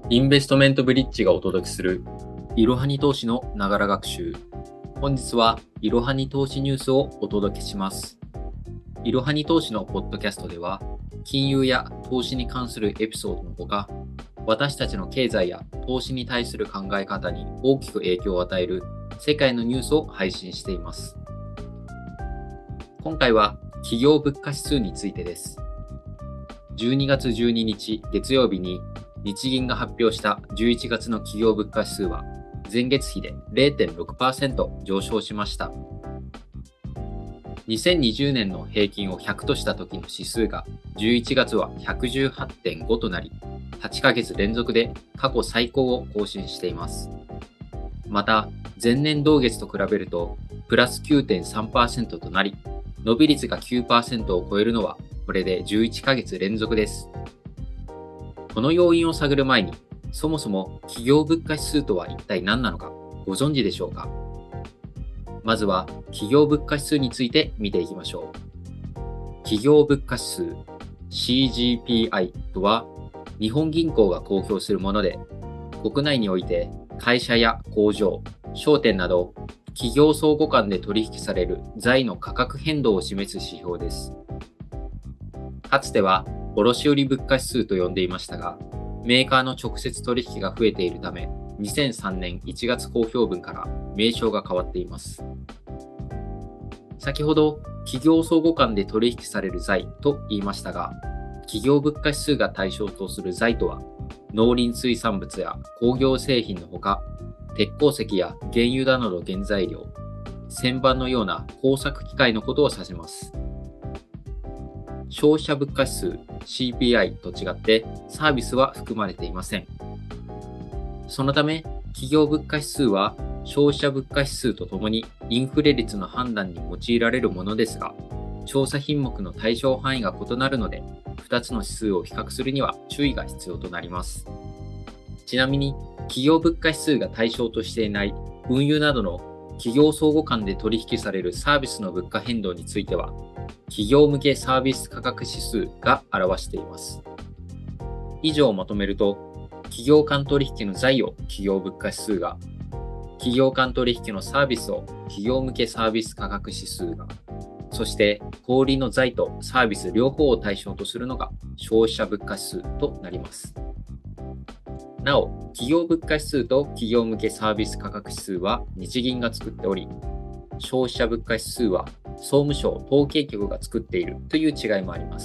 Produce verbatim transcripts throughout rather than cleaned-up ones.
インベストメントブリッジがお届けするいろはに投資のながら学習。本日はいろはに投資ニュースをお届けします。いろはに投資のポッドキャストでは、金融や投資に関するエピソードのほか、私たちの経済や投資に対する考え方に大きく影響を与える世界のニュースを配信しています。今回は企業物価指数についてです。じゅうにがつじゅうににち月曜日に日銀が発表したじゅういちがつの企業物価指数は前月比で れいてんろくパーセント 上昇しました。にせんにじゅうねんの平均をひゃくとした時の指数がじゅういちがつは ひゃくじゅうはちてんご となり、はちかげつ連続で過去最高を更新しています。また、前年同月と比べるとプラス きゅうてんさんパーセント となり、伸び率が きゅうパーセント を超えるのはこれでじゅういっかげつ連続です。この要因を探る前に、そもそも企業物価指数とは一体何なのかご存知でしょうか？まずは企業物価指数について見ていきましょう。企業物価指数 シージーピーアイ とは日本銀行が公表するもので、国内において会社や工場、商店など企業相互間で取引される財の価格変動を示す指標です。かつては卸売物価指数と呼んでいましたが、メーカーの直接取引が増えているため、にせんさんねんいちがつ公表分から名称が変わっています。先ほど、企業相互間で取引される財と言いましたが、企業物価指数が対象とする財とは、農林水産物や工業製品のほか、鉄鉱石や原油などの原材料、旋盤のような工作機械のことを指します。消費者物価指数 シーピーアイ と違ってサービスは含まれていません。そのため、企業物価指数は消費者物価指数とともにインフレ率の判断に用いられるものですが、調査品目の対象範囲が異なるので、ふたつの指数を比較するには注意が必要となります。ちなみに、企業物価指数が対象としていない運輸などの企業相互間で取引されるサービスの物価変動については、企業向けサービス価格指数が表しています。以上をまとめると、企業間取引の財を企業物価指数が、企業間取引のサービスを企業向けサービス価格指数が、そして小売の財とサービス両方を対象とするのが消費者物価指数となります。なお、企業物価指数と企業向けサービス価格指数は日銀が作っており、消費者物価指数は総務省統計局が作っているという違いもあります。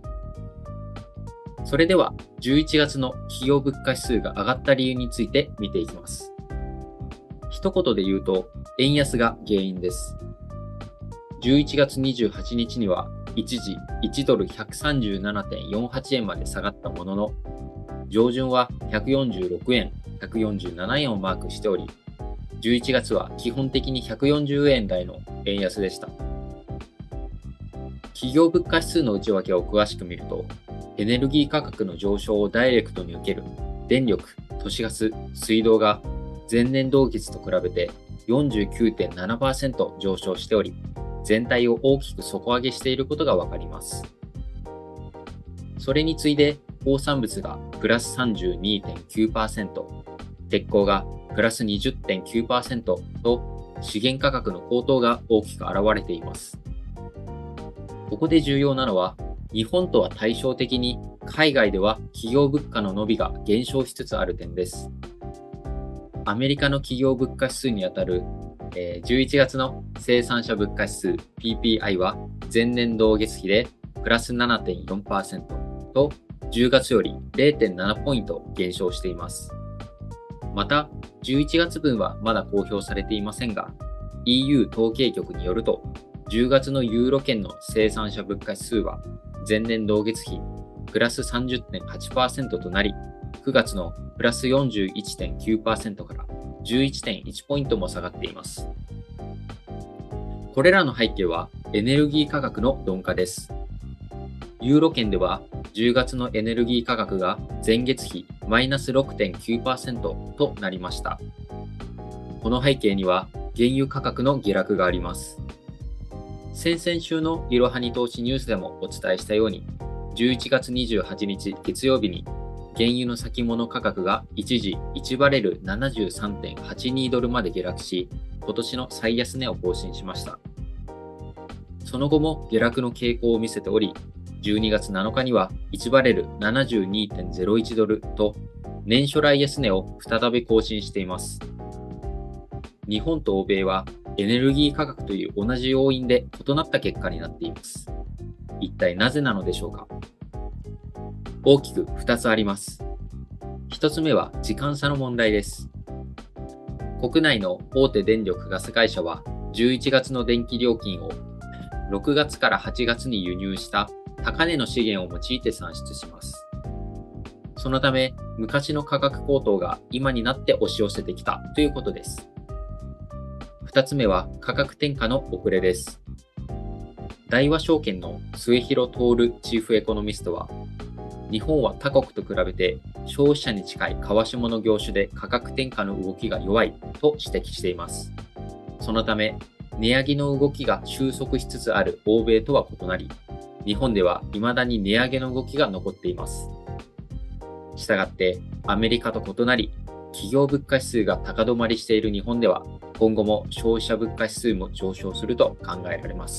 それではじゅういちがつの企業物価指数が上がった理由について見ていきます。一言で言うと、円安が原因です。じゅういちがつにじゅうはちにちには一時いちドルひゃくさんじゅうななてんよんはちえんまで下がったものの、上旬はひゃくよんじゅうろくえん、ひゃくよんじゅうななえんをマークしており、じゅういちがつは基本的にひゃくよんじゅうえん台の円安でした。企業物価指数の内訳を詳しく見ると、エネルギー価格の上昇をダイレクトに受ける電力、都市ガス、水道が前年同月と比べて よんじゅうきゅうてんななパーセント 上昇しており、全体を大きく底上げしていることがわかります。それに次いで、鉱産物がプラス さんじゅうにてんきゅうパーセント、鉄鋼がプラス にじゅってんきゅうパーセント と資源価格の高騰が大きく現れています。ここで重要なのは、日本とは対照的に海外では企業物価の伸びが減少しつつある点です。アメリカの企業物価指数にあたるじゅういちがつの生産者物価指数 ピーピーアイ は前年同月比でプラス ななてんよんパーセント とじゅうがつより れいてんななポイント減少しています。また、じゅういちがつ分はまだ公表されていませんが、イーユー 統計局によると、じゅうがつのユーロ圏の生産者物価指数は前年同月比プラス さんじゅってんはちパーセント となり、くがつのプラス よんじゅういちてんきゅうパーセント から じゅういってんいちポイントも下がっています。これらの背景はエネルギー価格の鈍化です。ユーロ圏ではじゅうがつのエネルギー価格が前月比マイナス ろくてんきゅうパーセント となりました。この背景には原油価格の下落があります。先々週のいろはに投資ニュースでもお伝えしたように、じゅういちがつにじゅうはちにち月曜日に原油の先物価格が一時いちバレル ななじゅうさんてんはちに ドルまで下落し、今年の最安値を更新しました。その後も下落の傾向を見せており、じゅうにがつなのかにはいちバレル ななじゅうにてんゼロいち ドルと年初来安値を再び更新しています。日本と欧米はエネルギー価格という同じ要因で異なった結果になっています。一体なぜなのでしょうか。大きくふたつあります。ひとつめは時間差の問題です。国内の大手電力ガス会社はじゅういちがつの電気料金をろくがつからはちがつに輸入した高値の資源を用いて算出します。そのため、昔の価格高騰が今になって押し寄せてきたということです。ふたつめは価格転嫁の遅れです。大和証券の末広徹チーフエコノミストは、日本は他国と比べて消費者に近い川下の業種で価格転嫁の動きが弱いと指摘しています。そのため、値上げの動きが収束しつつある欧米とは異なり、日本では未だに値上げの動きが残っています。したがって、アメリカと異なり、企業物価指数が高止まりしている日本では、今後も消費者物価指数も上昇すると考えられます。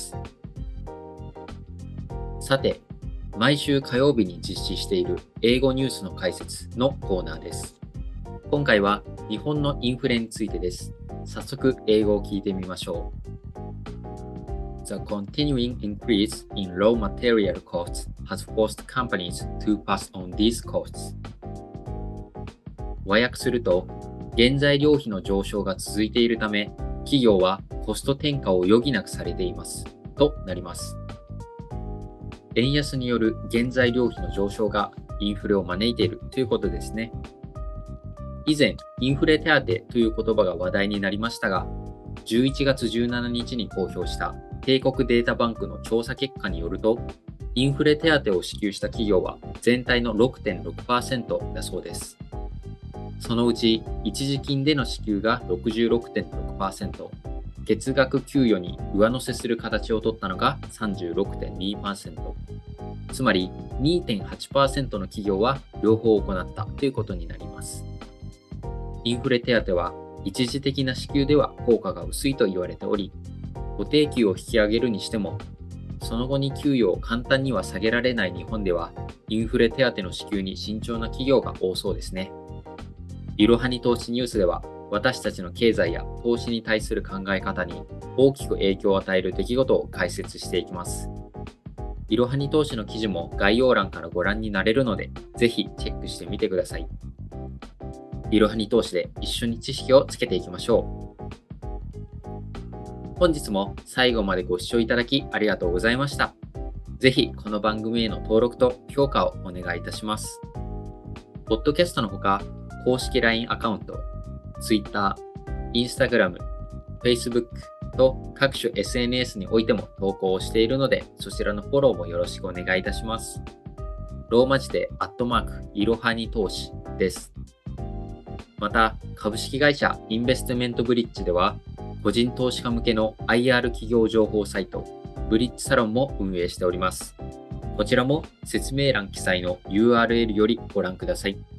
さて、毎週火曜日に実施している英語ニュースの解説のコーナーです。今回は日本のインフレについてです。早速英語を聞いてみましょう。The continuing increase in raw material costs has forced companies to pass on these costs. 和訳すると、原材料費の上昇が続いているため、企業はコスト転嫁を余儀なくされています。となります。円安による原材料費の上昇がインフレを招いているということですね。以前、インフレ手当という言葉が話題になりましたが、じゅういちがつじゅうしちにちに公表した帝国データバンクの調査結果によると、インフレ手当を支給した企業は全体の ろくてんろくパーセント だそうです。そのうち、一時金での支給が ろくじゅうろくてんろくパーセント、月額給与に上乗せする形を取ったのが さんじゅうろくてんにパーセント。つまり にてんはちパーセント の企業は両方行ったということになります。インフレ手当は一時的な支給では効果が薄いと言われており、固定給を引き上げるにしても、その後に給与を簡単には下げられない日本では、インフレ手当の支給に慎重な企業が多そうですね。いろはに投資ニュースでは、私たちの経済や投資に対する考え方に大きく影響を与える出来事を解説していきます。いろはに投資の記事も概要欄からご覧になれるので、ぜひチェックしてみてください。いろはに投資で一緒に知識をつけていきましょう。本日も最後までご視聴いただきありがとうございました。ぜひこの番組への登録と評価をお願いいたします。ポッドキャストのほか、公式 ライン アカウント、Twitter、Instagram、Facebook と各種 エスエヌエス においても投稿をしているので、そちらのフォローもよろしくお願いいたします。ローマ字でアットマークいろはに投資です。また、株式会社インベストメントブリッジでは、個人投資家向けの アイアール 企業情報サイト、ブリッジサロンも運営しております。こちらも説明欄記載の ユーアールエル よりご覧ください。